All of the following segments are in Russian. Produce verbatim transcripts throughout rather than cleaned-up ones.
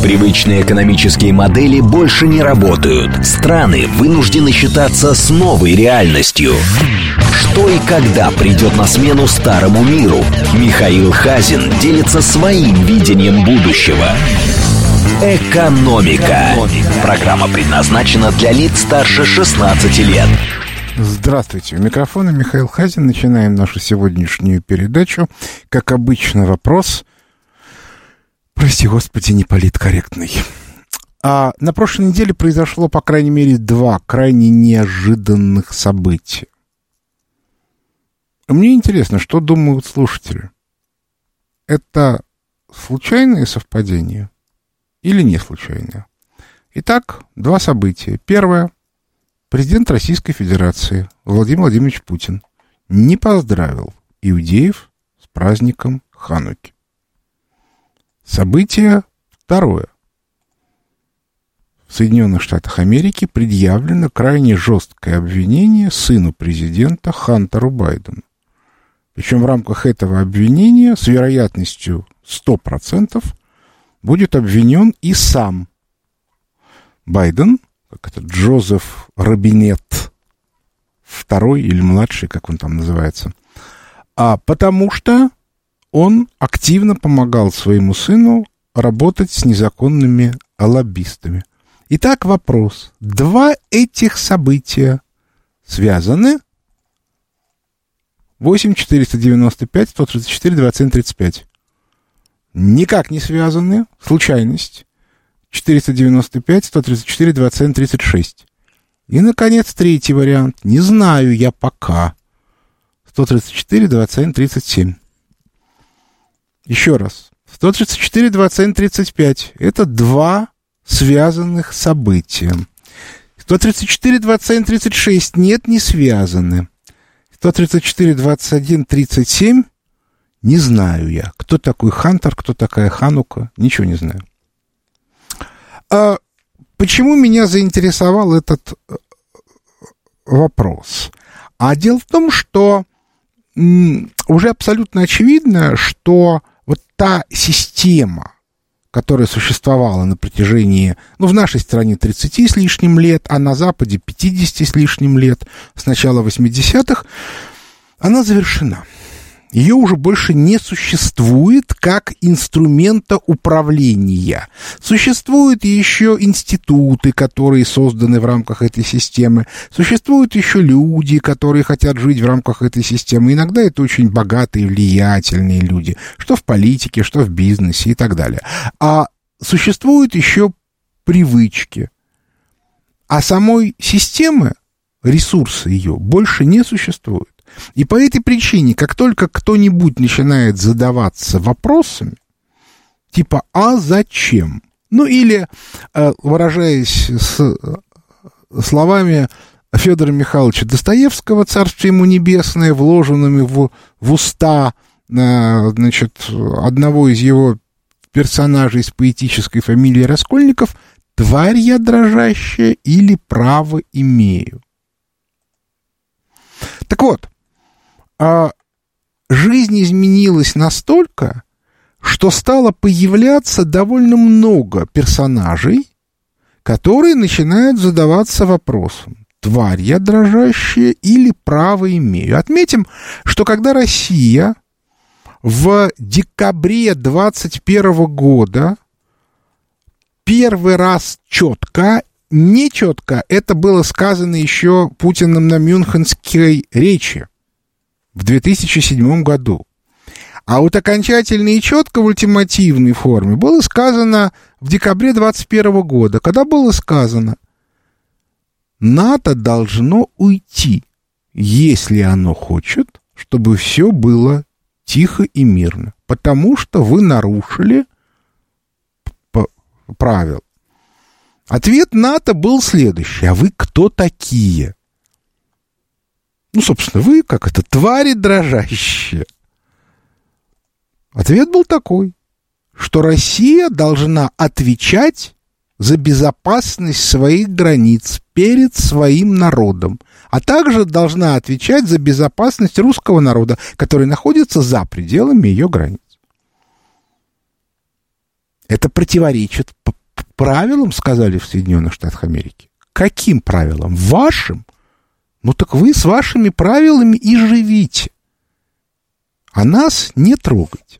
Привычные экономические модели больше не работают. Страны вынуждены считаться с новой реальностью. Что и когда придет на смену старому миру? Михаил Хазин делится своим видением будущего. Экономика. Программа предназначена для лиц старше шестнадцати лет. Здравствуйте, у микрофона Михаил Хазин. Начинаем нашу сегодняшнюю передачу. Как обычно, вопрос, прости господи, неполиткорректный. А на прошлой неделе произошло, по крайней мере, два крайне неожиданных события. Мне интересно, что думают слушатели. Это случайные совпадения или не случайные? Итак, два события. Первое. Президент Российской Федерации Владимир Владимирович Путин не поздравил иудеев с праздником Хануки. Событие второе. В Соединенных Штатах Америки предъявлено крайне жесткое обвинение сыну президента Хантеру Байдену. Причем в рамках этого обвинения с вероятностью сто процентов будет обвинен и сам Байден, как это, Джозеф Робинет, второй или младший, как он там называется, а потому что он активно помогал своему сыну работать с незаконными лоббистами. Итак, вопрос. Два этих события связаны? восемь четыреста девяносто пять сто тридцать четыре двадцать семь тридцать пять. Никак не связаны. Случайность. четыреста девяносто пять сто тридцать четыре двадцать семь тридцать шесть. И, наконец, третий вариант. Не знаю я пока. сто тридцать четыре двадцать семь тридцать семь. Еще раз. сто тридцать четыре двадцать семь тридцать пять. Это два связанных события. сто тридцать четыре двадцать семь тридцать шесть. Нет, не связаны. сто тридцать четыре двадцать один тридцать семь. Не знаю я. Кто такой Хантер, кто такая Ханука. Ничего не знаю. А почему меня заинтересовал этот вопрос? А дело в том, что м, уже абсолютно очевидно, что вот та система, которая существовала на протяжении, ну, в нашей стране тридцати с лишним лет, а на Западе пятидесяти с лишним лет, с начала восьмидесятых, она завершена. Ее уже больше не существует как инструмента управления. Существуют еще институты, которые созданы в рамках этой системы. Существуют еще люди, которые хотят жить в рамках этой системы. Иногда это очень богатые, влиятельные люди, что в политике, что в бизнесе и так далее. А существуют еще привычки. А самой системы, ресурсы ее, больше не существуют. И по этой причине, как только кто-нибудь начинает задаваться вопросами, типа «а зачем?», ну или, выражаясь с словами Федора Михайловича Достоевского, царствие ему небесное, вложенными в, в уста, значит, одного из его персонажей с поэтической фамилией Раскольников, «тварь я дрожащая или право имею?». Так вот, а жизнь изменилась настолько, что стало появляться довольно много персонажей, которые начинают задаваться вопросом: тварь я дрожащая или право имею? Отметим, что когда Россия в декабре двадцать первого года первый раз четко, нечетко, это было сказано еще Путиным на Мюнхенской речи в две тысячи седьмом году. А вот окончательно и четко в ультимативной форме было сказано в декабре двадцать первого года, когда было сказано: НАТО должно уйти, если оно хочет, чтобы все было тихо и мирно, потому что вы нарушили правила. Ответ НАТО был следующий: а вы кто такие? Ну, собственно, вы, как это, твари дрожащие. Ответ был такой, что Россия должна отвечать за безопасность своих границ перед своим народом, а также должна отвечать за безопасность русского народа, который находится за пределами ее границ. Это противоречит правилам, сказали в Соединенных Штатах Америки. Каким правилам? Вашим? Ну так вы с вашими правилами и живите. А нас не трогайте.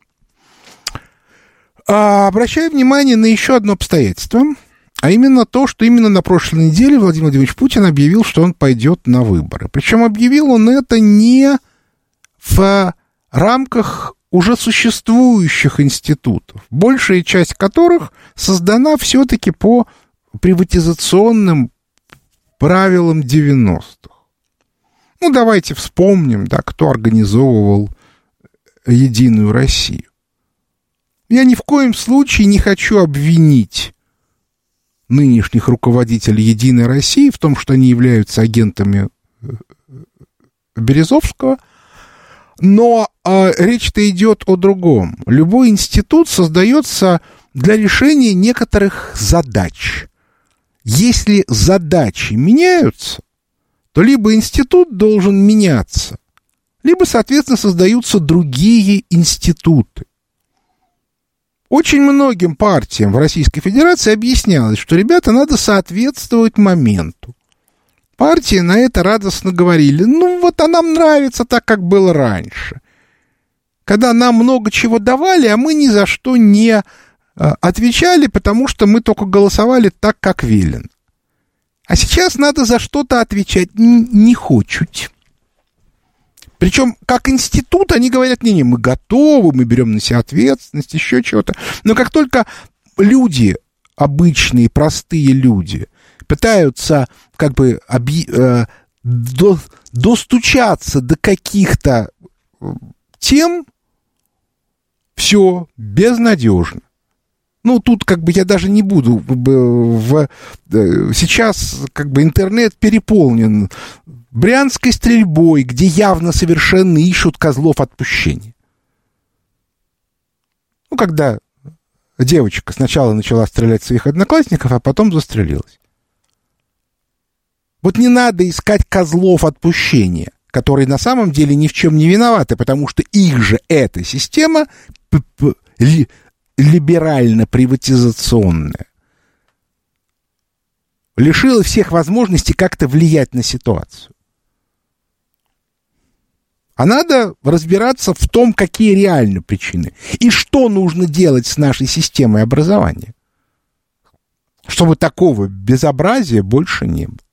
А, обращаю внимание на еще одно обстоятельство, а именно то, что именно на прошлой неделе Владимир Владимирович Путин объявил, что он пойдет на выборы. Причем объявил он это не в рамках уже существующих институтов, большая часть которых создана все-таки по приватизационным правилам девяностых. Ну, давайте вспомним, да, кто организовывал «Единую Россию». Я ни в коем случае не хочу обвинить нынешних руководителей «Единой России» в том, что они являются агентами Березовского, но э, речь-то идет о другом. Любой институт создается для решения некоторых задач. Если задачи меняются, то либо институт должен меняться, либо, соответственно, создаются другие институты. Очень многим партиям в Российской Федерации объяснялось, что, ребята, надо соответствовать моменту. Партии на это радостно говорили: ну вот, а нам нравится так, как было раньше. Когда нам много чего давали, а мы ни за что не а, отвечали, потому что мы только голосовали так, как велено. А сейчас надо за что-то отвечать. Не хочуть. Причем, как институт, они говорят: не-не, мы готовы, мы берем на себя ответственность, еще чего-то. Но как только люди, обычные, простые люди, пытаются как бы объ... э, до... достучаться до каких-то тем, все безнадежно. Ну, тут как бы я даже не буду. В... Сейчас как бы интернет переполнен брянской стрельбой, где явно совершенно ищут козлов отпущения. Ну, когда девочка сначала начала стрелять в своих одноклассников, а потом застрелилась. Вот не надо искать козлов отпущения, которые на самом деле ни в чем не виноваты, потому что их же эта система либерально-приватизационная лишила всех возможностей как-то влиять на ситуацию. А надо разбираться в том, какие реально причины и что нужно делать с нашей системой образования, чтобы такого безобразия больше не было.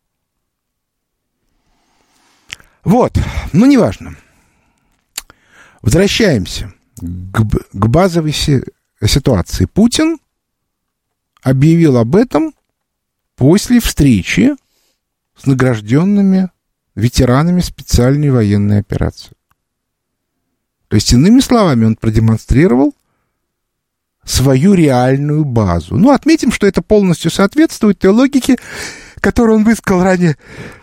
Вот, ну, неважно. Возвращаемся к, к базовой си- ситуации. Путин объявил об этом после встречи с награжденными ветеранами специальной военной операции. То есть, иными словами, он продемонстрировал свою реальную базу. Ну, отметим, что это полностью соответствует той логике, которую он высказал ранее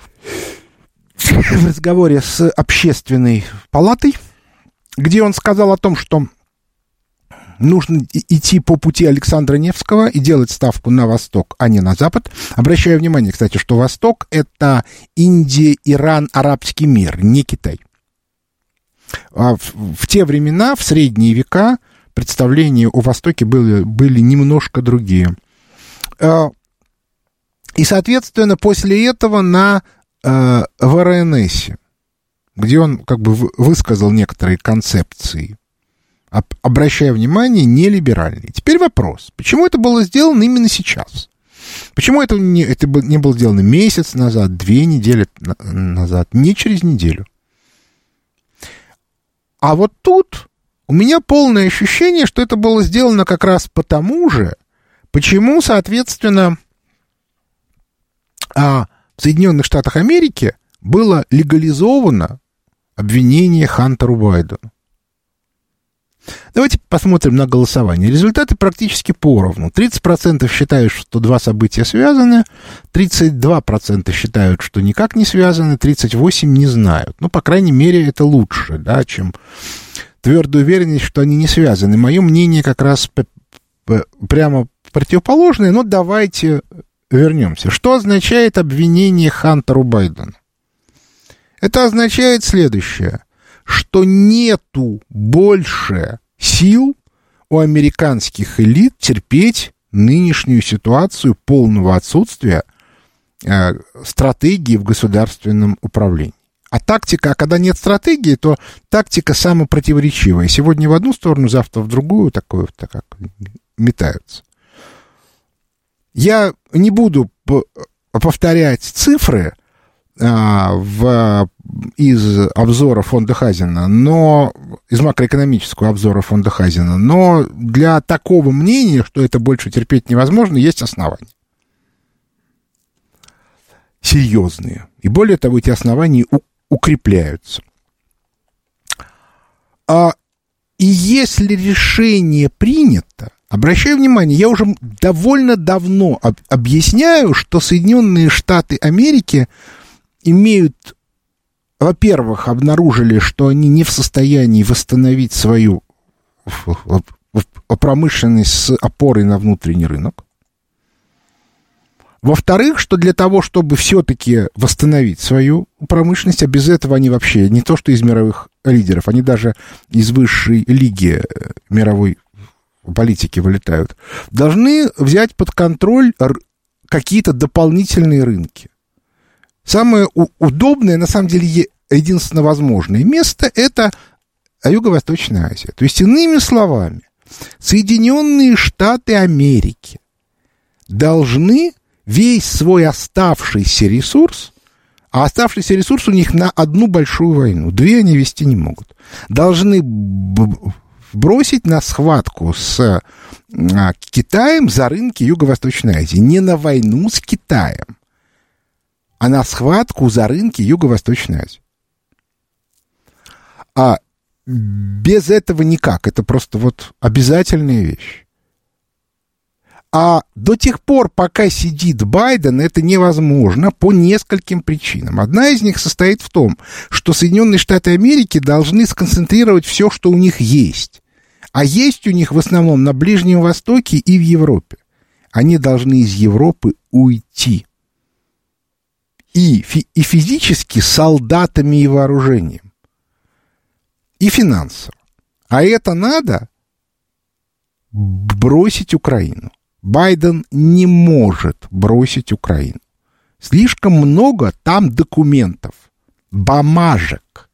в разговоре с Общественной палатой, где он сказал о том, что нужно идти по пути Александра Невского и делать ставку на Восток, а не на Запад. Обращаю внимание, кстати, что Восток — это Индия, Иран, арабский мир, не Китай. А в, в те времена, в средние века, представления о Востоке были, были немножко другие. И, соответственно, после этого на в эр эн эс, где он как бы высказал некоторые концепции, обращая внимание, нелиберальные. Теперь вопрос, почему это было сделано именно сейчас? Почему это не, это не было сделано месяц назад, две недели назад, не через неделю? А вот тут у меня полное ощущение, что это было сделано как раз потому же, почему, соответственно, а, в Соединенных Штатах Америки было легализовано обвинение Хантеру Байдену. Давайте посмотрим на голосование. Результаты практически поровну. тридцать процентов считают, что два события связаны, тридцать два процента считают, что никак не связаны, тридцать восемь процентов не знают. Ну, по крайней мере, это лучше, да, чем твердая уверенность, что они не связаны. Мое мнение как раз прямо противоположное, но давайте вернемся. Что означает обвинение Хантеру Байдену? Это означает следующее, что нету больше сил у американских элит терпеть нынешнюю ситуацию полного отсутствия э, стратегии в государственном управлении. А тактика, а когда нет стратегии, то тактика самопротиворечивая. Сегодня в одну сторону, завтра в другую, такое так как метаются. Я не буду повторять цифры а, в, из обзора фонда Хазина, но из макроэкономического обзора фонда Хазина, но для такого мнения, что это больше терпеть невозможно, есть основания. Серьезные. И более того, эти основания у, укрепляются. А, и если решение принято, обращаю внимание, я уже довольно давно об, объясняю, что Соединенные Штаты Америки имеют, во-первых, обнаружили, что они не в состоянии восстановить свою промышленность с опорой на внутренний рынок. Во-вторых, что для того, чтобы все-таки восстановить свою промышленность, а без этого они вообще не то что из мировых лидеров, они даже из высшей лиги мировой политики вылетают, должны взять под контроль какие-то дополнительные рынки. Самое удобное, на самом деле, единственно возможное место — это Юго-Восточная Азия. То есть, иными словами, Соединенные Штаты Америки должны весь свой оставшийся ресурс, а оставшийся ресурс у них на одну большую войну, две они вести не могут, должны бросить на схватку с Китаем за рынки Юго-Восточной Азии. Не на войну с Китаем, а на схватку за рынки Юго-Восточной Азии. А без этого никак. Это просто вот обязательная вещь. А до тех пор, пока сидит Байден, это невозможно по нескольким причинам. Одна из них состоит в том, что Соединенные Штаты Америки должны сконцентрировать все, что у них есть. А есть у них в основном на Ближнем Востоке и в Европе. Они должны из Европы уйти. И, фи- и физически солдатами и вооружением. И финансово. А это надо бросить Украину. Байден не может бросить Украину. Слишком много там документов, бумажек.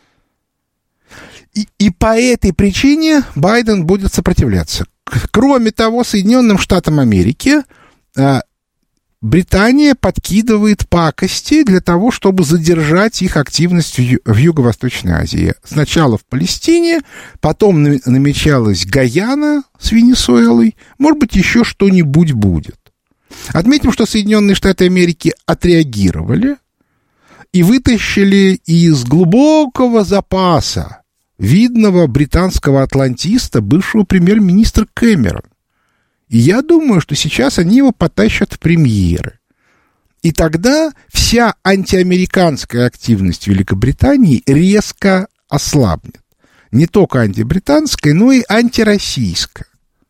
И, и по этой причине Байден будет сопротивляться. Кроме того, Соединенным Штатам Америки а, Британия подкидывает пакости для того, чтобы задержать их активность в, Ю- в Юго-Восточной Азии. Сначала в Палестине, потом намечалась Гаяна с Венесуэлой, может быть, еще что-нибудь будет. Отметим, что Соединенные Штаты Америки отреагировали и вытащили из глубокого запаса видного британского атлантиста бывшего премьер-министра Кэмерона. И я думаю, что сейчас они его потащат в премьеры. И тогда вся антиамериканская активность Великобритании резко ослабнет. Не только антибританская, но и антироссийская.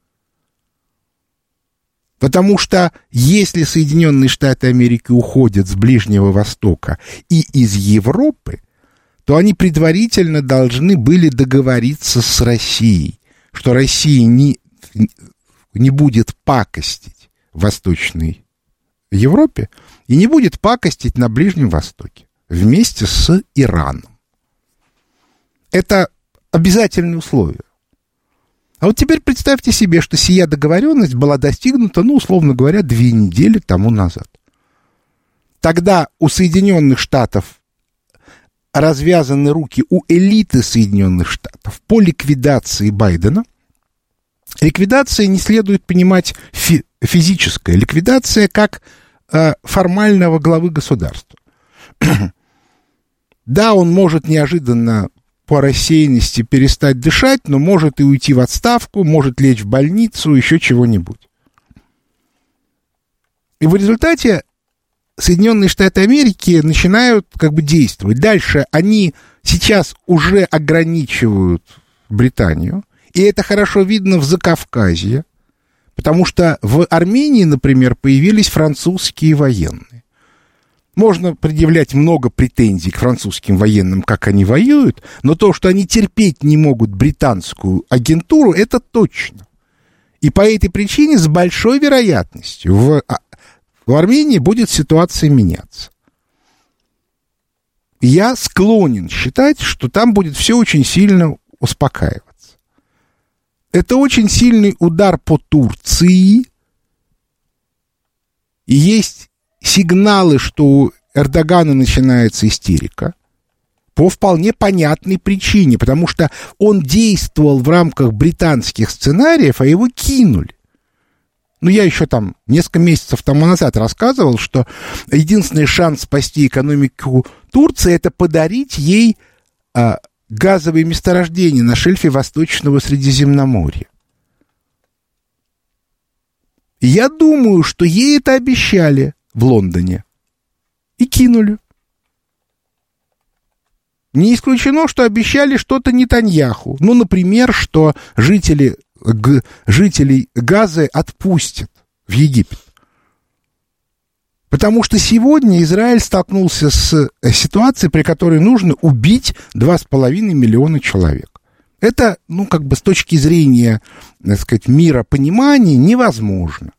Потому что если Соединенные Штаты Америки уходят с Ближнего Востока и из Европы, то они предварительно должны были договориться с Россией, что Россия не... не будет пакостить в Восточной Европе и не будет пакостить на Ближнем Востоке вместе с Ираном. Это обязательные условия. А вот теперь представьте себе, что сия договоренность была достигнута, ну, условно говоря, две недели тому назад. Тогда у Соединенных Штатов развязаны руки, у элиты Соединенных Штатов по ликвидации Байдена. Ликвидация не следует понимать фи- физическая. Ликвидация как э, формального главы государства. Да, он может неожиданно по рассеянности перестать дышать, но может и уйти в отставку, может лечь в больницу, еще чего-нибудь. И в результате Соединенные Штаты Америки начинают как бы действовать. Дальше они сейчас уже ограничивают Британию. И это хорошо видно в Закавказье, потому что в Армении, например, появились французские военные. Можно предъявлять много претензий к французским военным, как они воюют, но то, что они терпеть не могут британскую агентуру, это точно. И по этой причине с большой вероятностью в, в Армении будет ситуация меняться. Я склонен считать, что там будет все очень сильно успокаиваться. Это очень сильный удар по Турции. И есть сигналы, что у Эрдогана начинается истерика. По вполне понятной причине, потому что он действовал в рамках британских сценариев, а его кинули. Ну, я еще там несколько месяцев тому назад рассказывал, что единственный шанс спасти экономику Турции — это подарить ей а, газовые месторождения на шельфе Восточного Средиземноморья. И я думаю, что ей это обещали в Лондоне и кинули. Не исключено, что обещали что-то Нетаньяху. Ну, например, что жители, г, жителей Газы отпустят в Египет. Потому что сегодня Израиль столкнулся с ситуацией, при которой нужно убить два с половиной миллиона человек. Это, ну, как бы с точки зрения, так сказать, миропонимания невозможно.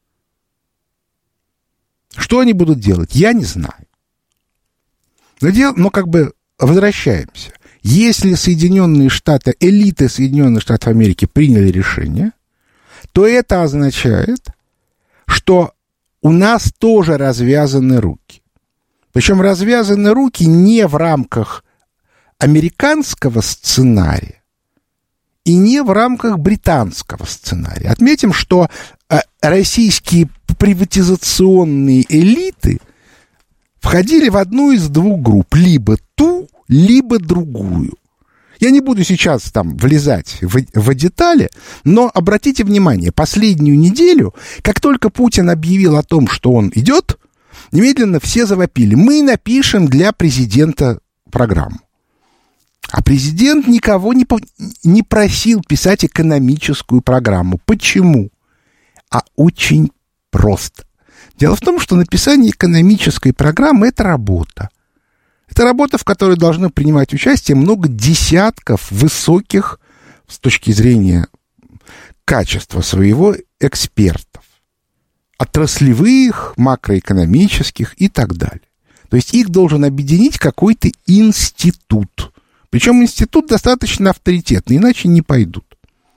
Что они будут делать, я не знаю. Но, дел, но как бы возвращаемся. Если Соединенные Штаты, элиты Соединенных Штатов Америки приняли решение, то это означает, что у нас тоже развязаны руки. Причем развязаны руки не в рамках американского сценария и не в рамках британского сценария. Отметим, что российские приватизационные элиты входили в одну из двух групп. Либо ту, либо другую. Я не буду сейчас там влезать в, в детали, но обратите внимание, последнюю неделю, как только Путин объявил о том, что он идет, немедленно все завопили: мы напишем для президента программу. А президент никого не, не просил писать экономическую программу. Почему? А очень просто. Дело в том, что написание экономической программы — это работа. Это работа, в которой должны принимать участие много десятков высоких, с точки зрения качества своего, экспертов. Отраслевых, макроэкономических и так далее. То есть их должен объединить какой-то институт. Причем институт достаточно авторитетный, иначе не пойдут.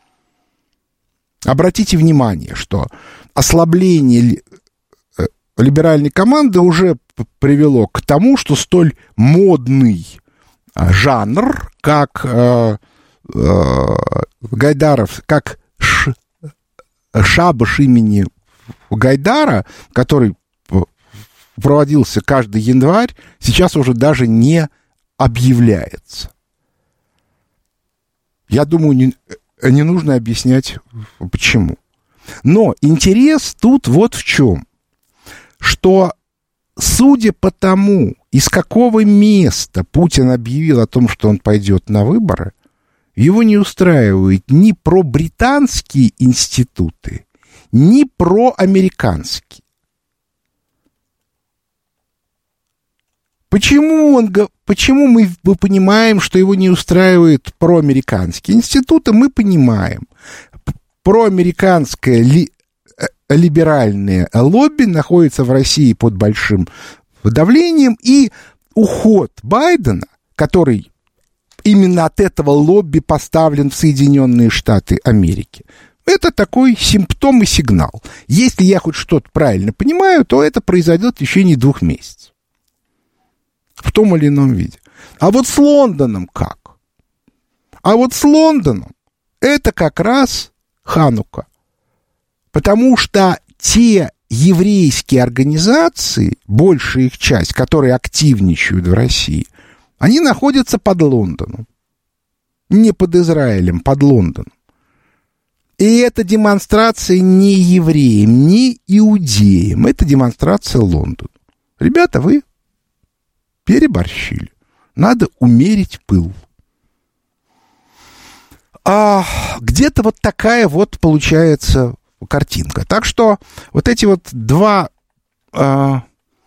Обратите внимание, что ослабление либеральной команды уже привело к тому, что столь модный жанр, как э, э, Гайдаров, как ш, шабаш имени Гайдара, который проводился каждый январь, сейчас уже даже не объявляется. Я думаю, не, не нужно объяснять, почему. Но интерес тут вот в чем. Что, судя по тому, из какого места Путин объявил о том, что он пойдет на выборы, его не устраивают ни пробританские институты, ни проамериканские. Почему, он, почему мы, мы понимаем, что его не устраивают проамериканские институты? Мы понимаем. Проамериканское ли, либеральное лобби находится в России под большим давлением, и уход Байдена, который именно от этого лобби поставлен в Соединенные Штаты Америки, это такой симптом и сигнал. Если я хоть что-то правильно понимаю, то это произойдет в течение двух месяцев. В том или ином виде. А вот с Лондоном как? А вот с Лондоном это как раз Ханука. Потому что те еврейские организации, большая их часть, которые активничают в России, они находятся под Лондоном. Не под Израилем, под Лондоном. И это демонстрация не евреям, не иудеям. Это демонстрация Лондону. Ребята, вы переборщили. Надо умерить пыл. А где-то вот такая вот получается картинка. Так что вот эти вот два а,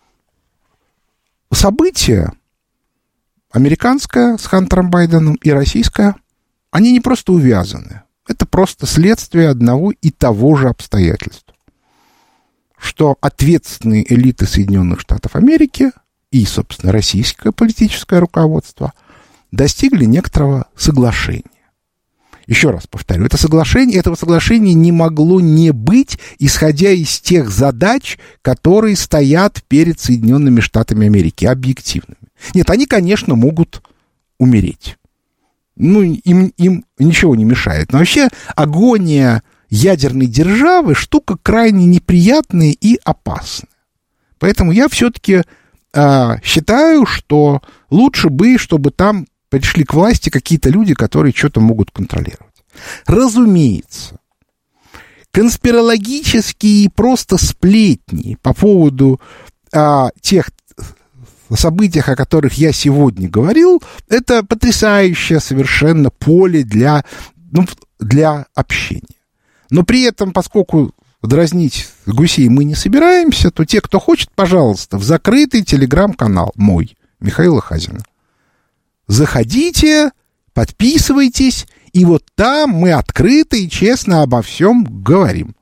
события, американское с Хантером Байденом и российское, они не просто увязаны. Это просто следствие одного и того же обстоятельства, что ответственные элиты Соединенных Штатов Америки и, собственно, российское политическое руководство достигли некоторого соглашения. Еще раз повторю, это соглашение, этого соглашения не могло не быть, исходя из тех задач, которые стоят перед Соединенными Штатами Америки, объективными. Нет, они, конечно, могут умереть. Ну, им, им ничего не мешает. Но вообще агония ядерной державы штука крайне неприятная и опасная. Поэтому я все-таки э, считаю, что лучше бы, чтобы там пришли к власти какие-то люди, которые что-то могут контролировать. Разумеется, конспирологические просто сплетни по поводу э, тех событиях, о которых я сегодня говорил, это потрясающее совершенно поле для, ну, для общения. Но при этом, поскольку дразнить гусей мы не собираемся, то те, кто хочет, пожалуйста, в закрытый телеграм-канал мой, Михаила Хазина. Заходите, подписывайтесь, и вот там мы открыто и честно обо всем говорим.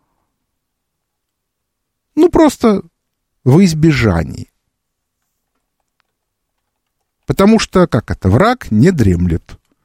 Ну, просто в избежании. Потому что, как это, враг не дремлет.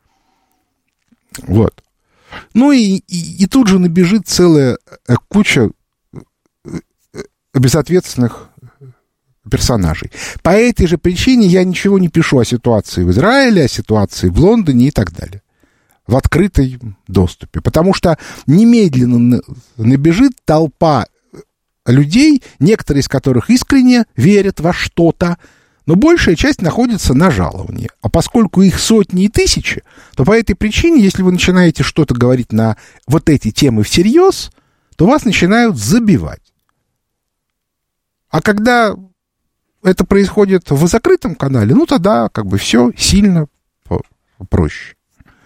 Вот. Ну и, и, и тут же набежит целая куча безответственных персонажей. По этой же причине я ничего не пишу о ситуации в Израиле, о ситуации в Лондоне и так далее. В открытом доступе. Потому что немедленно набежит толпа людей, некоторые из которых искренне верят во что-то, но большая часть находится на жаловании. А поскольку их сотни и тысячи, то по этой причине, если вы начинаете что-то говорить на вот эти темы всерьез, то вас начинают забивать. А когда это происходит в закрытом канале, ну тогда как бы все сильно проще.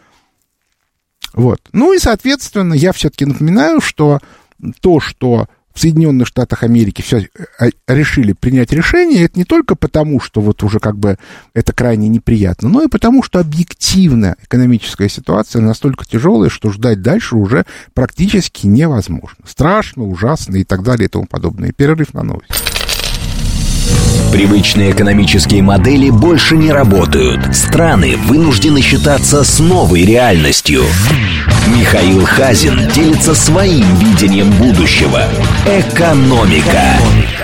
Вот. Ну и, соответственно, я все-таки напоминаю, что то, что в Соединенных Штатах Америки все решили принять решение, это не только потому, что вот уже как бы это крайне неприятно, но и потому, что объективно экономическая ситуация настолько тяжелая, что ждать дальше уже практически невозможно. Страшно, ужасно и так далее и тому подобное. Перерыв на новости. Привычные экономические модели больше не работают. Страны вынуждены считаться с новой реальностью. Михаил Хазин делится своим видением будущего. Экономика.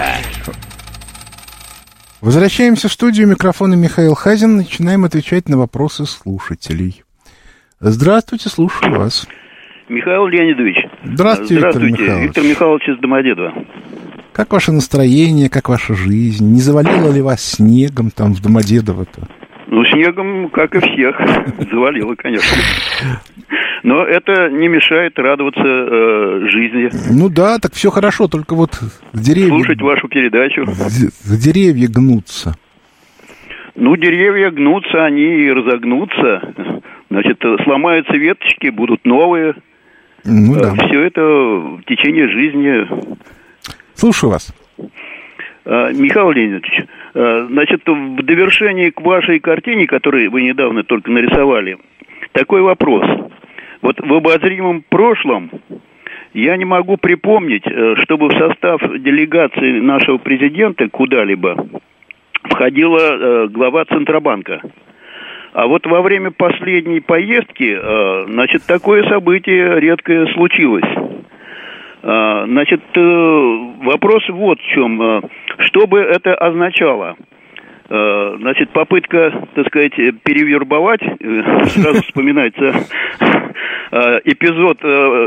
Возвращаемся в студию. Микрофона Михаил Хазин. Начинаем отвечать на вопросы слушателей. Здравствуйте, слушаю вас. Михаил Леонидович. Здравствуйте, Здравствуйте, Виктор Михайлович. Виктор Михайлович из Домодедова. Как ваше настроение, как ваша жизнь? Не завалило ли вас снегом там в Домодедово-то? Ну, снегом, как и всех, завалило, конечно. Но это не мешает радоваться э, жизни. Ну да, так все хорошо, только вот деревья... Слушать вашу передачу. Деревья гнутся. Ну, деревья гнутся, они и разогнутся. Значит, сломаются веточки, будут новые. Ну да. Все это в течение жизни... Слушаю вас. Михаил Леонидович, значит, в довершении к вашей картине, которую вы недавно только нарисовали, такой вопрос. Вот в обозримом прошлом я не могу припомнить, чтобы в состав делегации нашего президента куда-либо входила глава Центробанка. А вот во время последней поездки, значит, такое событие редкое случилось. Значит, вопрос вот в чем. Что бы это означало? Значит, попытка, так сказать, перевербовать, сразу вспоминается эпизод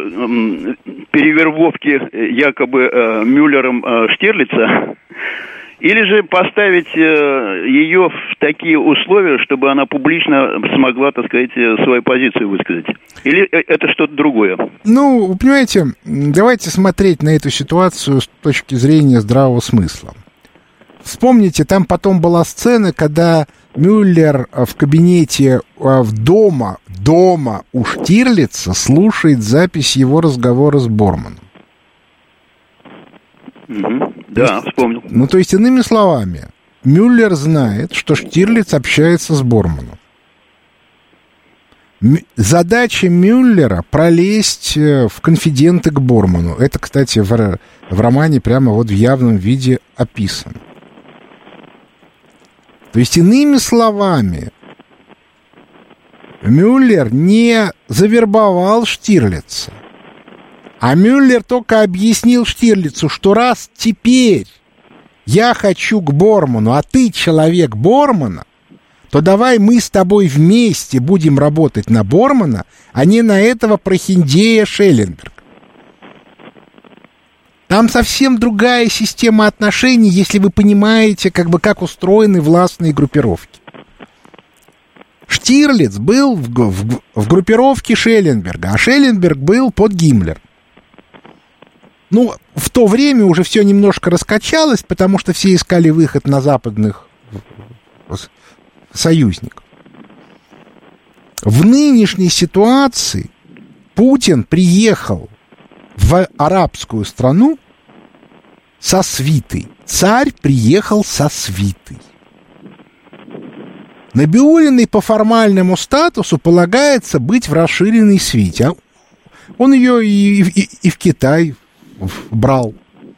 перевербовки якобы Мюллером Штирлица, или же поставить ее в такие условия, чтобы она публично смогла, так сказать, свою позицию высказать? Или это что-то другое? Ну, вы понимаете, давайте смотреть на эту ситуацию с точки зрения здравого смысла. Вспомните, там потом была сцена, когда Мюллер в кабинете в дома, дома у Штирлица слушает запись его разговора с Борманом. Угу. Да, вспомнил. Ну, то есть, иными словами, Мюллер знает, что Штирлиц общается с Борманом. Задача Мюллера пролезть в конфиденты к Борману. Это, кстати, в, в романе прямо вот в явном виде описано. То есть, иными словами, Мюллер не завербовал Штирлица, а Мюллер только объяснил Штирлицу, что раз теперь я хочу к Борману, а ты человек Бормана, то давай мы с тобой вместе будем работать на Бормана, а не на этого прохиндея Шелленберга. Там совсем другая система отношений, если вы понимаете, как бы, как устроены властные группировки. Штирлиц был в, в, в группировке Шелленберга, а Шелленберг был под Гиммлером. Ну, в то время уже все немножко раскачалось, потому что все искали выход на западных союзников. В нынешней ситуации Путин приехал в арабскую страну со свитой. Царь приехал со свитой. Набиуллиной по формальному статусу полагается быть в расширенной свите. Он ее и, и, и в Китай брал.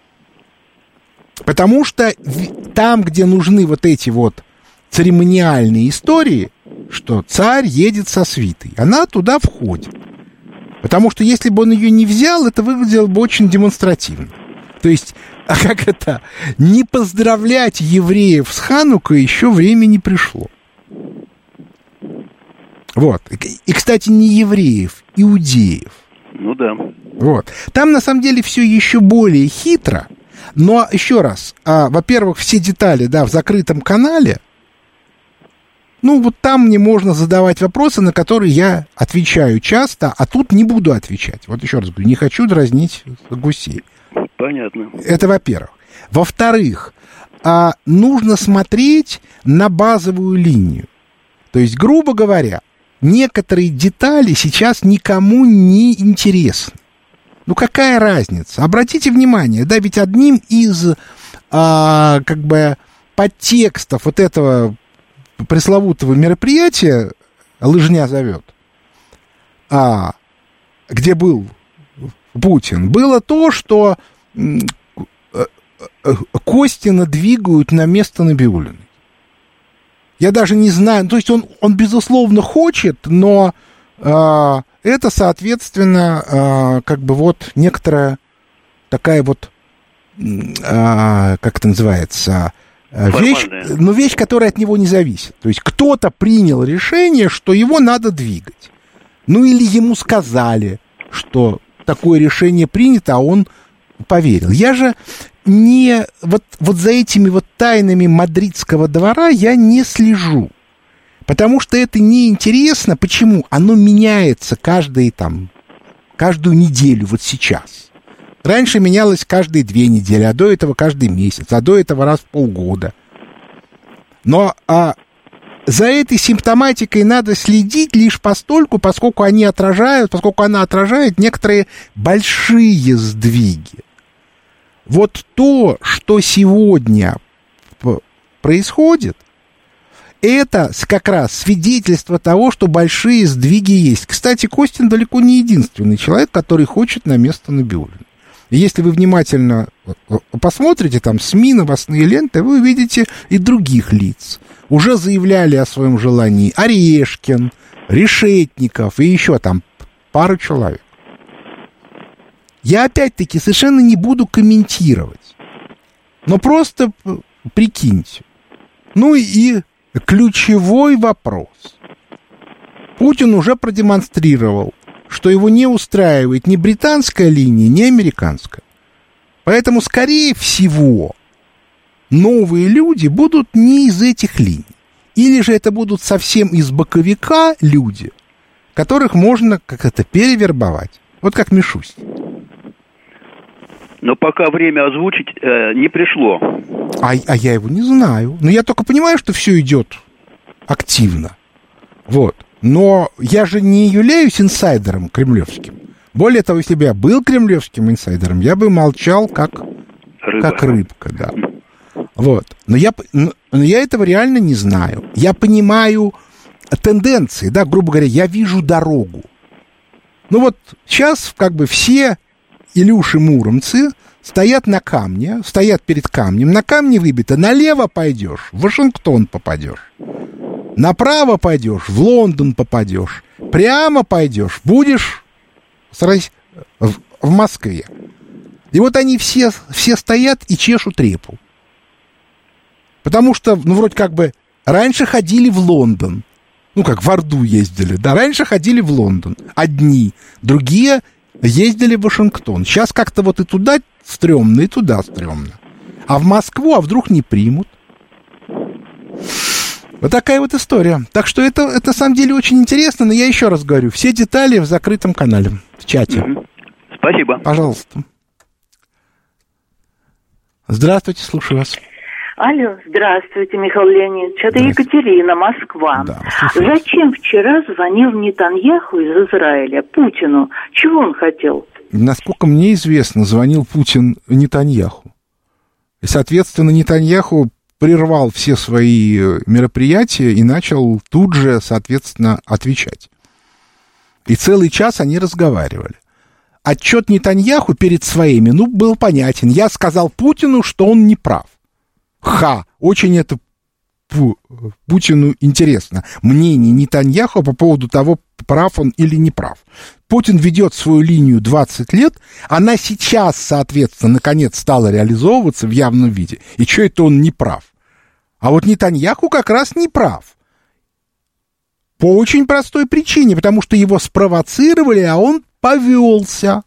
Потому что там, где нужны вот эти вот церемониальные истории, что царь едет со свитой, она туда входит. Потому что если бы он ее не взял, это выглядело бы очень демонстративно. То есть, а как это, не поздравлять евреев с Ханукой еще время не пришло. Вот. И, кстати, не евреев, иудеев. Ну да. Вот. Там, на самом деле, все еще более хитро. Но, еще раз, а, во-первых, все детали, да, в закрытом канале. Ну, вот там мне можно задавать вопросы, на которые я отвечаю часто, а тут не буду отвечать. Вот еще раз говорю, не хочу дразнить гусей. Понятно. Это во-первых. Во-вторых, а, нужно смотреть на базовую линию. То есть, грубо говоря, некоторые детали сейчас никому не интересны. Ну, какая разница? Обратите внимание, да, ведь одним из, а, как бы, подтекстов вот этого пресловутого мероприятия «Лыжня зовет», а, где был Путин, было то, что Костина двигают на место Набиуллиной. Я даже не знаю, то есть он, он безусловно, хочет, но а, это, соответственно, а, как бы вот некоторая такая вот, а, как это называется, вещь, ну, вещь, которая от него не зависит. То есть кто-то принял решение, что его надо двигать. Ну, или ему сказали, что такое решение принято, а он поверил. Я же не... Вот, вот за этими вот тайнами мадридского двора я не слежу. Потому что это неинтересно. Почему? Оно меняется каждые там... Каждую неделю, вот сейчас. Раньше менялось каждые две недели, а до этого каждый месяц, а до этого раз в полгода. Но а, за этой симптоматикой надо следить лишь постольку, поскольку они отражают, поскольку она отражает некоторые большие сдвиги. Вот то, что сегодня происходит, это как раз свидетельство того, что большие сдвиги есть. Кстати, Костин далеко не единственный человек, который хочет на место Набиуллиной. Если вы внимательно посмотрите там СМИ, новостные ленты, вы увидите и других лиц. Уже заявляли о своем желании Орешкин, Решетников и еще там пару человек. Я опять-таки совершенно не буду комментировать. Но просто прикиньте. Ну и ключевой вопрос. Путин уже продемонстрировал, что его не устраивает ни британская линия, ни американская. Поэтому, скорее всего, новые люди будут не из этих линий. Или же это будут совсем из боковика люди, которых можно как это перевербовать. Вот как Мишустин. Но пока время озвучить э, не пришло. А, а я его не знаю. Но я только понимаю, что все идет активно. Вот. Но я же не являюсь инсайдером кремлевским. Более того, если бы я был кремлевским инсайдером, я бы молчал как, как рыбка, да. Вот. Но я, но я этого реально не знаю. Я понимаю тенденции, да, грубо говоря, я вижу дорогу. Ну вот сейчас как бы все илюши-муромцы стоят на камне, стоят перед камнем, на камне выбито: налево пойдешь, в Вашингтон попадешь, направо пойдешь, в Лондон попадешь, прямо пойдешь, будешь в, в Москве. И вот они все, все стоят и чешут репу. Потому что, ну, вроде как бы, раньше ходили в Лондон. Ну, как в Орду ездили, да, раньше ходили в Лондон. Одни, другие ездили в Вашингтон. Сейчас как-то вот и туда стрёмно, и туда стрёмно. А в Москву, а вдруг не примут? Вот такая вот история. Так что это, это на самом деле очень интересно, но я еще раз говорю, все детали в закрытом канале, в чате. Спасибо. Пожалуйста. Здравствуйте, слушаю вас. Алло, здравствуйте, Михаил Леонидович. Это Екатерина, Москва. Да, зачем вчера звонил Нетаньяху из Израиля Путину? Чего он хотел? Насколько мне известно, звонил Путин Нетаньяху. И, соответственно, Нетаньяху прервал все свои мероприятия и начал тут же, соответственно, отвечать. И целый час они разговаривали. Отчет Нетаньяху перед своими, ну, был понятен. Я сказал Путину, что он не прав. Ха! Очень это Путину интересно. Мнение Нетаньяху по поводу того, прав он или не прав. Путин ведет свою линию двадцать лет. Она сейчас, соответственно, наконец стала реализовываться в явном виде. И что это он не прав? А вот Нетаньяху как раз не прав. По очень простой причине. Потому что его спровоцировали, а он повелся.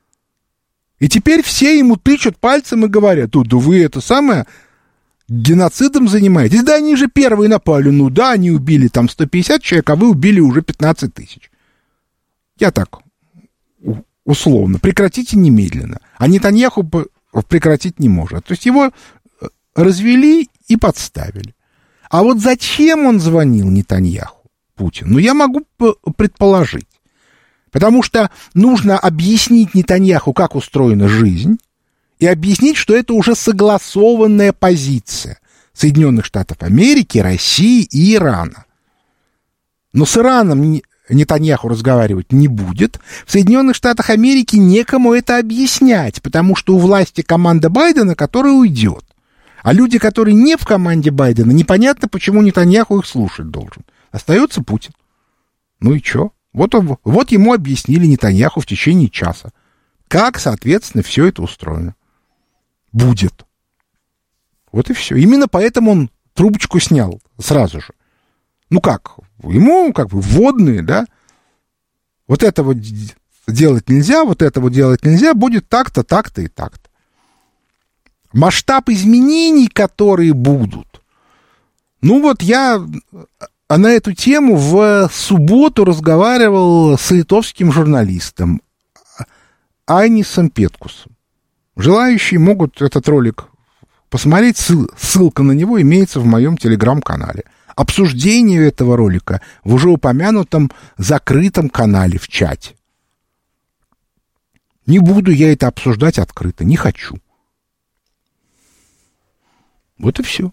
И теперь все ему тычут пальцем и говорят: да вы это самое... геноцидом занимаетесь? Да они же первые напали. Ну да, они убили там сто пятьдесят человек, а вы убили уже пятнадцать тысяч. Я так, условно. Прекратите немедленно. А Нетаньяху прекратить не может. То есть его развели и подставили. А вот зачем он звонил Нетаньяху, Путин? Ну, я могу предположить. Потому что нужно объяснить Нетаньяху, как устроена жизнь, и объяснить, что это уже согласованная позиция Соединенных Штатов Америки, России и Ирана. Но с Ираном Нетаньяху разговаривать не будет. В Соединенных Штатах Америки некому это объяснять, потому что у власти команда Байдена, которая уйдет. А люди, которые не в команде Байдена, непонятно, почему Нетаньяху их слушать должен. Остается Путин. Ну и что? Вот, он, вот ему объяснили Нетаньяху в течение часа, как, соответственно, все это устроено. Будет. Вот и все. Именно поэтому он трубочку снял сразу же. Ну как? Ему как бы вводные, да? Вот этого делать нельзя, вот этого делать нельзя, будет так-то, так-то и так-то. Масштаб изменений, которые будут. Ну вот я на эту тему в субботу разговаривал с литовским журналистом Айнисом Петкусом. Желающие могут этот ролик посмотреть, ссылка на него имеется в моем телеграм-канале. Обсуждение этого ролика в уже упомянутом закрытом канале в чате. Не буду я это обсуждать открыто, не хочу. Вот и все.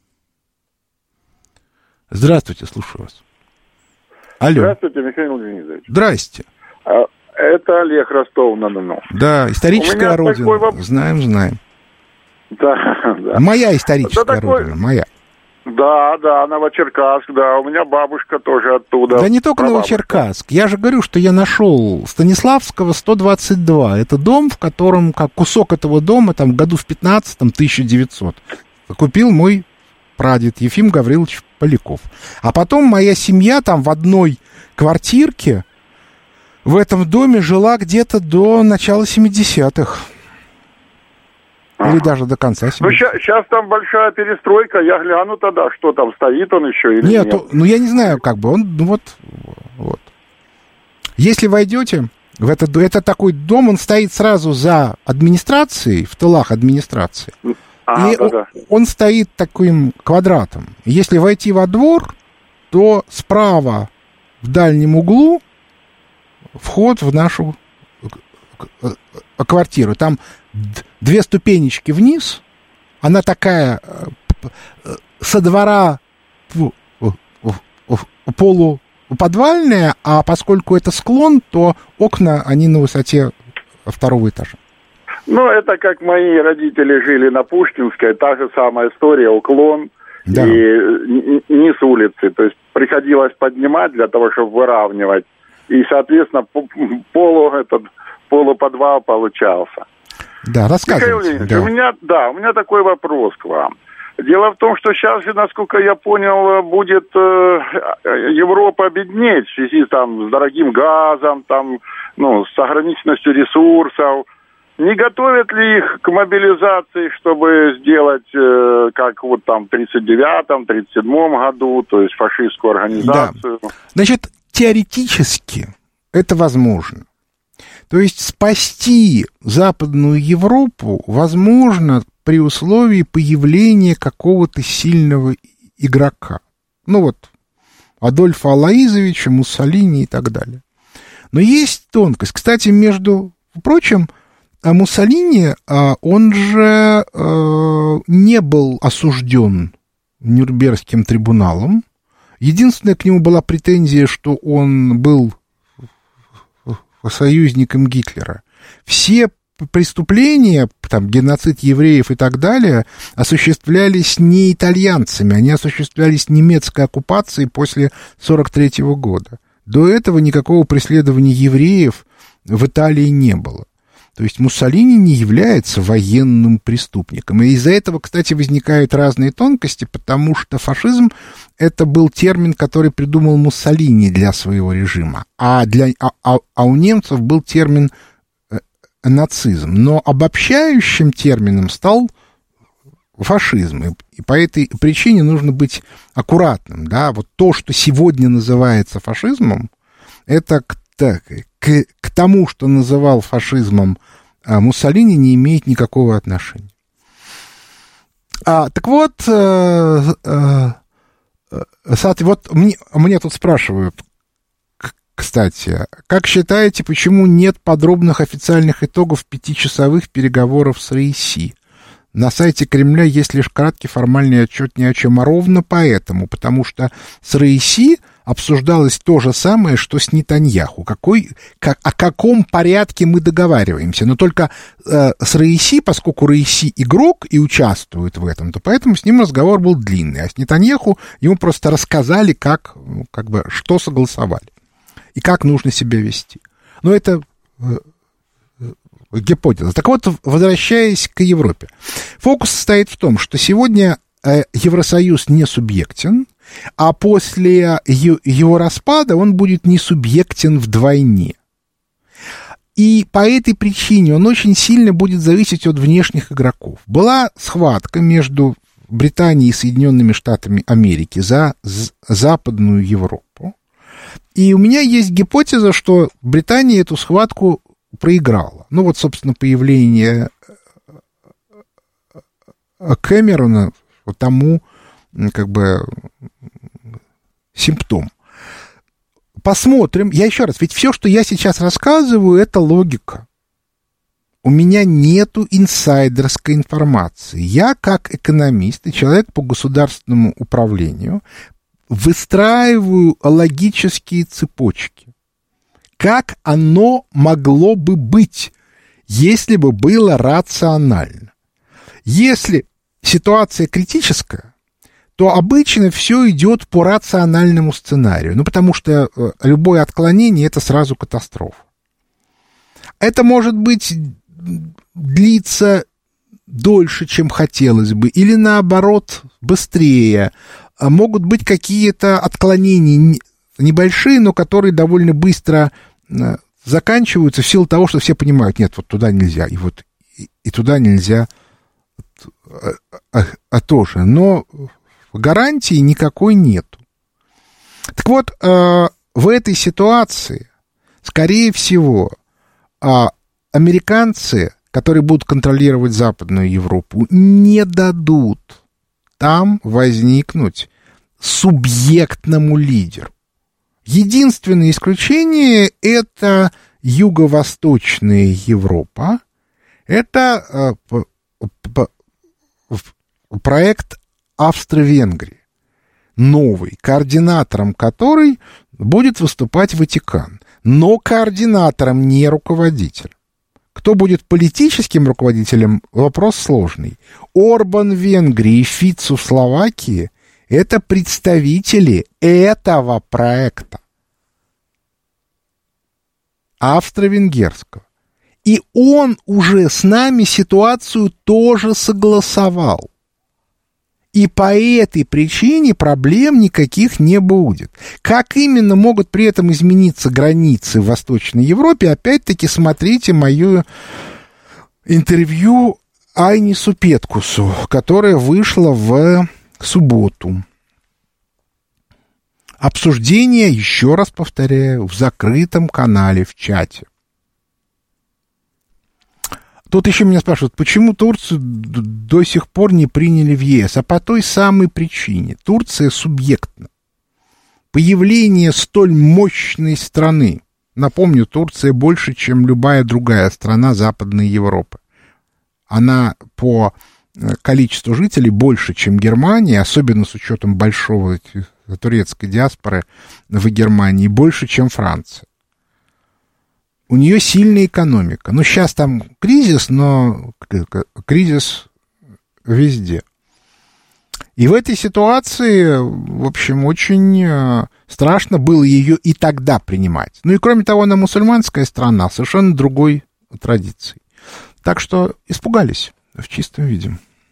Здравствуйте, слушаю вас. Алло. Здравствуйте, Михаил Леонидович. Здрасте. Это Олег, Ростов-на-Дону. Да, историческая родина. Воп... Знаем, знаем. Да, да. Моя историческая да, такой... родина, моя. Да, да, Новочеркасск, да. У меня бабушка тоже оттуда. Да не только Новочеркасск. Я же говорю, что я нашел Станиславского сто двадцать два. Это дом, в котором, как кусок этого дома, там, году в пятнадцатом, тысяча девятьсот, купил мой прадед Ефим Гаврилович Поляков. А потом моя семья там в одной квартирке в этом доме жила где-то до начала семидесятых. Или ага. даже до конца семидесятых. Ну, сейчас там большая перестройка. Я гляну тогда, что там, стоит он еще или нет. Нет, ну, я не знаю, как бы. Он, ну, вот, вот. Если войдете в этот, это такой дом, он стоит сразу за администрацией, в тылах администрации. А, и да, он, да. он стоит таким квадратом. Если войти во двор, то справа в дальнем углу вход в нашу квартиру. Там две ступенечки вниз. Она такая со двора полуподвальная, а поскольку это склон, то окна, они на высоте второго этажа. Ну, это как мои родители жили на Пушкинской, та же самая история, уклон, да. И низ улицы. То есть приходилось поднимать для того, чтобы выравнивать. И, соответственно, полу, этот, полуподвал получался. Да, рассказывайте. Михаил Леонидович, да. у меня, да, у меня такой вопрос к вам. Дело в том, что сейчас же, насколько я понял, будет э, Европа беднеть в связи там, с дорогим газом, там, ну, с ограниченностью ресурсов. Не готовят ли их к мобилизации, чтобы сделать, э, как вот там в тридцать девятом, тридцать седьмом году, то есть фашистскую организацию? Да. Значит, теоретически это возможно. То есть спасти Западную Европу возможно при условии появления какого-то сильного игрока. Ну вот, Адольфа Алоизовича, Муссолини и так далее. Но есть тонкость. Кстати, между прочим, Муссолини, он же не был осужден Нюрнбергским трибуналом. Единственная к нему была претензия, что он был союзником Гитлера. Все преступления, там, геноцид евреев и так далее, осуществлялись не итальянцами, они осуществлялись немецкой оккупацией после сорок третьего года. До этого никакого преследования евреев в Италии не было. То есть Муссолини не является военным преступником. И из-за этого, кстати, возникают разные тонкости, потому что фашизм — это был термин, который придумал Муссолини для своего режима, а, для, а, а, а у немцев был термин э, нацизм. Но обобщающим термином стал фашизм. И, и по этой причине нужно быть аккуратным. Да? Вот то, что сегодня называется фашизмом, это так, к, к тому, что называл фашизмом а, Муссолини, не имеет никакого отношения. А, так вот, э, э, э, вот мне, мне тут спрашивают, кстати, как считаете, почему нет подробных официальных итогов пятичасовых переговоров с РАИСИ? На сайте Кремля есть лишь краткий формальный отчет ни о чем, а ровно поэтому, потому что с РАИСИ обсуждалось то же самое, что с Нетаньяху. Какой, как, о каком порядке мы договариваемся. Но только э, с РАИСИ, поскольку РАИСИ игрок и участвует в этом, то поэтому с ним разговор был длинный. А с Нетаньяху ему просто рассказали, как, как бы, что согласовали и как нужно себя вести. Но это э, гипотеза. Так вот, возвращаясь к Европе. Фокус состоит в том, что сегодня э, Евросоюз не субъектен, а после его распада он будет не субъектен вдвойне. И по этой причине он очень сильно будет зависеть от внешних игроков. Была схватка между Британией и Соединенными Штатами Америки за Западную Европу. И у меня есть гипотеза, что Британия эту схватку проиграла. Ну вот, собственно, появление Кэмерона вот тому, как бы, симптом. Посмотрим. Я еще раз, ведь все, что я сейчас рассказываю, это логика. У меня нету инсайдерской информации. Я, как экономист и человек по государственному управлению, выстраиваю логические цепочки. Как оно могло бы быть, если бы было рационально? Если ситуация критическая, то обычно все идет по рациональному сценарию. Ну, потому что любое отклонение — это сразу катастрофа. Это может быть длиться дольше, чем хотелось бы, или наоборот, быстрее. Могут быть какие-то отклонения небольшие, но которые довольно быстро заканчиваются в силу того, что все понимают, нет, вот туда нельзя, и вот и, и туда нельзя, а, а, а тоже. Но гарантии никакой нету. Так вот, э, в этой ситуации, скорее всего, э, американцы, которые будут контролировать Западную Европу, не дадут там возникнуть субъектному лидеру. Единственное исключение — это юго-восточная Европа. Это э, проект Австро-Венгрии. новый, координатором которой будет выступать Ватикан. Но координатором, не руководитель. Кто будет политическим руководителем, вопрос сложный. Орбан в Венгрии и Фицу в Словакии — это представители этого проекта. Австро-венгерского. И он уже с нами ситуацию тоже согласовал. И по этой причине проблем никаких не будет. Как именно могут при этом измениться границы в Восточной Европе, опять-таки смотрите мое интервью Айнису Петкусу, которое вышло в субботу. Обсуждение, еще раз повторяю, в закрытом канале, в чате. Тут еще меня спрашивают, почему Турцию до сих пор не приняли в ЕС? А по той самой причине. Турция субъектна. Появление столь мощной страны. Напомню, Турция больше, чем любая другая страна Западной Европы. Она по количеству жителей больше, чем Германия, особенно с учетом большого турецкой диаспоры в Германии, больше, чем Франция. У нее сильная экономика. Ну, сейчас там кризис, но кризис везде. И в этой ситуации, в общем, очень страшно было ее и тогда принимать. Ну и кроме того, она мусульманская страна, совершенно другой традицией. Так что испугались в чистом виде.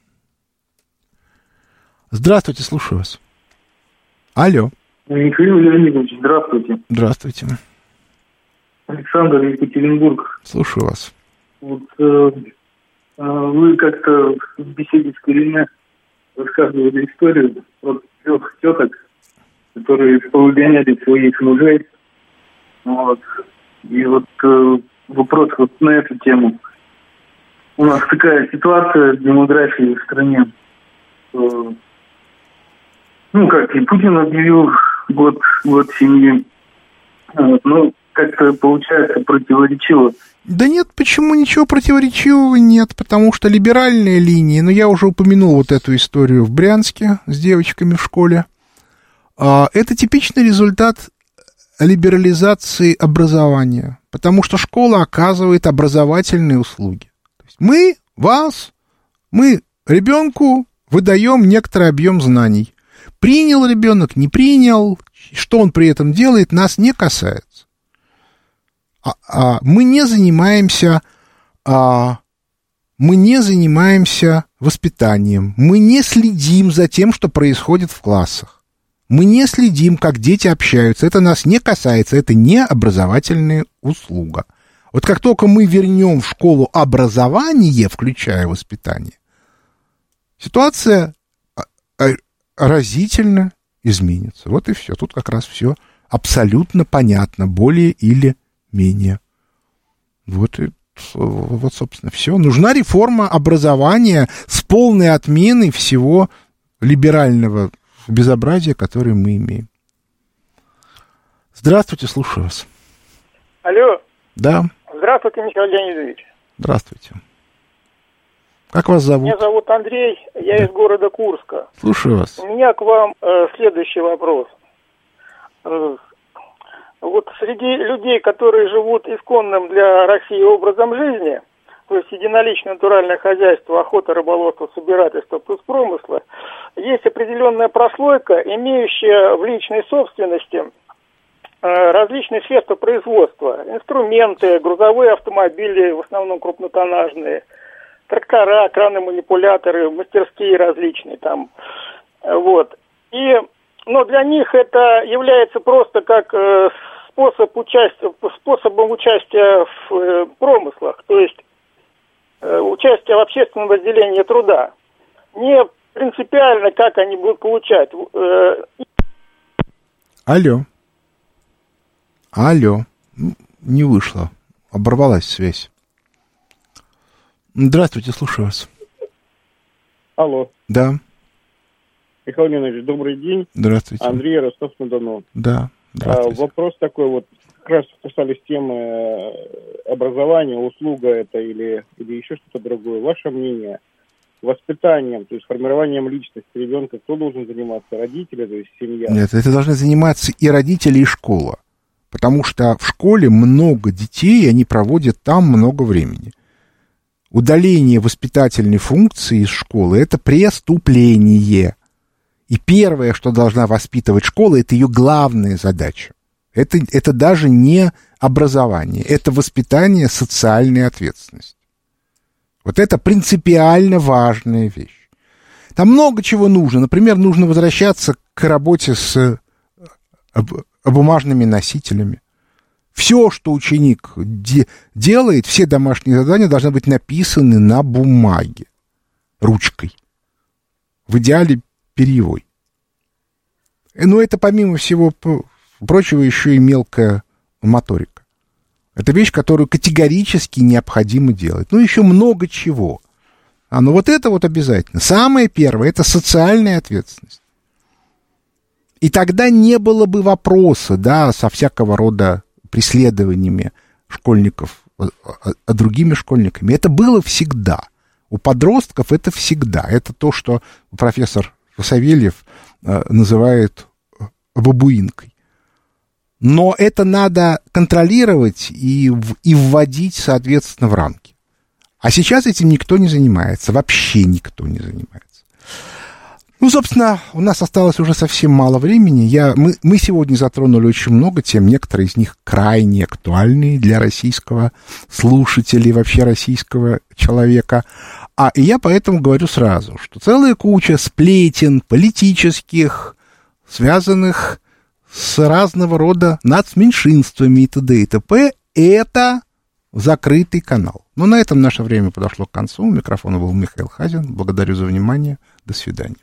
Здравствуйте, слушаю вас. Алло. Михаил Леонидович, здравствуйте. Здравствуйте. Александр, Екатеринбург. Слушаю вас. Вот э, э, вы как-то в беседе с Курине рассказывали историю про трех теток, которые повыгоняли своих мужей. Вот. И вот э, вопрос вот на эту тему. У нас такая ситуация в демографии в стране. Э, ну, как и Путин объявил год, год семьи. Вот, ну, как-то получается противоречиво. Да нет, почему ничего противоречивого нет, потому что либеральные линии, ну, я уже упомянул вот эту историю в Брянске с девочками в школе, это типичный результат либерализации образования, потому что школа оказывает образовательные услуги. То есть мы вас, мы ребенку выдаем некоторый объем знаний. Принял ребенок, не принял, что он при этом делает, нас не касается. А, а, мы не занимаемся, а, мы не занимаемся воспитанием, мы не следим за тем, что происходит в классах, мы не следим, как дети общаются, это нас не касается, это не образовательная услуга. Вот как только мы вернем в школу образование, включая воспитание, ситуация разительно изменится. Вот и все. Тут как раз все абсолютно понятно, более или менее. Вот и, вот, собственно, все. Нужна реформа образования с полной отменой всего либерального безобразия, которое мы имеем. Здравствуйте, слушаю вас. Алло. Да. Здравствуйте, Михаил Леонидович. Здравствуйте. Как вас зовут? Меня зовут Андрей, я да. из города Курска. Слушаю вас. У меня к вам э, следующий вопрос. Э, вот среди людей, которые живут исконным для России образом жизни, то есть единоличное натуральное хозяйство, охота, рыболовство, собирательство плюс промысла, есть определенная прослойка, имеющая в личной собственности различные средства производства, инструменты, грузовые автомобили, в основном крупнотоннажные, трактора, краны-манипуляторы, мастерские различные там, вот. И, но для них это является просто как э, способ участия, способом участия в э, промыслах, то есть э, участие в общественном разделении труда. Не принципиально, как они будут получать. Э, Алло. Алло. Не вышло. Оборвалась связь. Здравствуйте, слушаю вас. Алло. Да. Михаил Леонидович, добрый день. Здравствуйте. Андрей, Ростов-на-Дону. Да, здравствуйте. А, вопрос такой вот, как раз касались темы образования, услуга это или, или еще что-то другое. Ваше мнение, воспитанием, то есть формированием личности ребенка, кто должен заниматься? Родители, то есть семья? Нет, это должны заниматься и родители, и школа. Потому что в школе много детей, и они проводят там много времени. Удаление воспитательной функции из школы – это преступление. И первое, что должна воспитывать школа, это ее главная задача. Это, это даже не образование, это воспитание социальной ответственности. Вот это принципиально важная вещь. Там много чего нужно. Например, нужно возвращаться к работе с бумажными носителями. Все, что ученик де- делает, все домашние задания должны быть написаны на бумаге, ручкой. В идеале перьевой. Но это, помимо всего прочего, еще и мелкая моторика. Это вещь, которую категорически необходимо делать. Ну, еще много чего. А ну вот это вот обязательно. Самое первое — это социальная ответственность. И тогда не было бы вопроса, да, со всякого рода преследованиями школьников, а, а другими школьниками. Это было всегда. У подростков это всегда. Это то, что профессор Савельев а, называет бабуинкой. Но это надо контролировать и, и вводить, соответственно, в рамки. А сейчас этим никто не занимается. Вообще никто не занимается. Ну, собственно, у нас осталось уже совсем мало времени. Я, мы, мы сегодня затронули очень много тем. Некоторые из них крайне актуальные для российского слушателя и вообще российского человека. А и я поэтому говорю сразу, что целая куча сплетен политических, связанных с разного рода нацменьшинствами и т.д. и т.п. это закрытый канал. Но на этом наше время подошло к концу. У микрофона был Михаил Хазин. Благодарю за внимание. До свидания.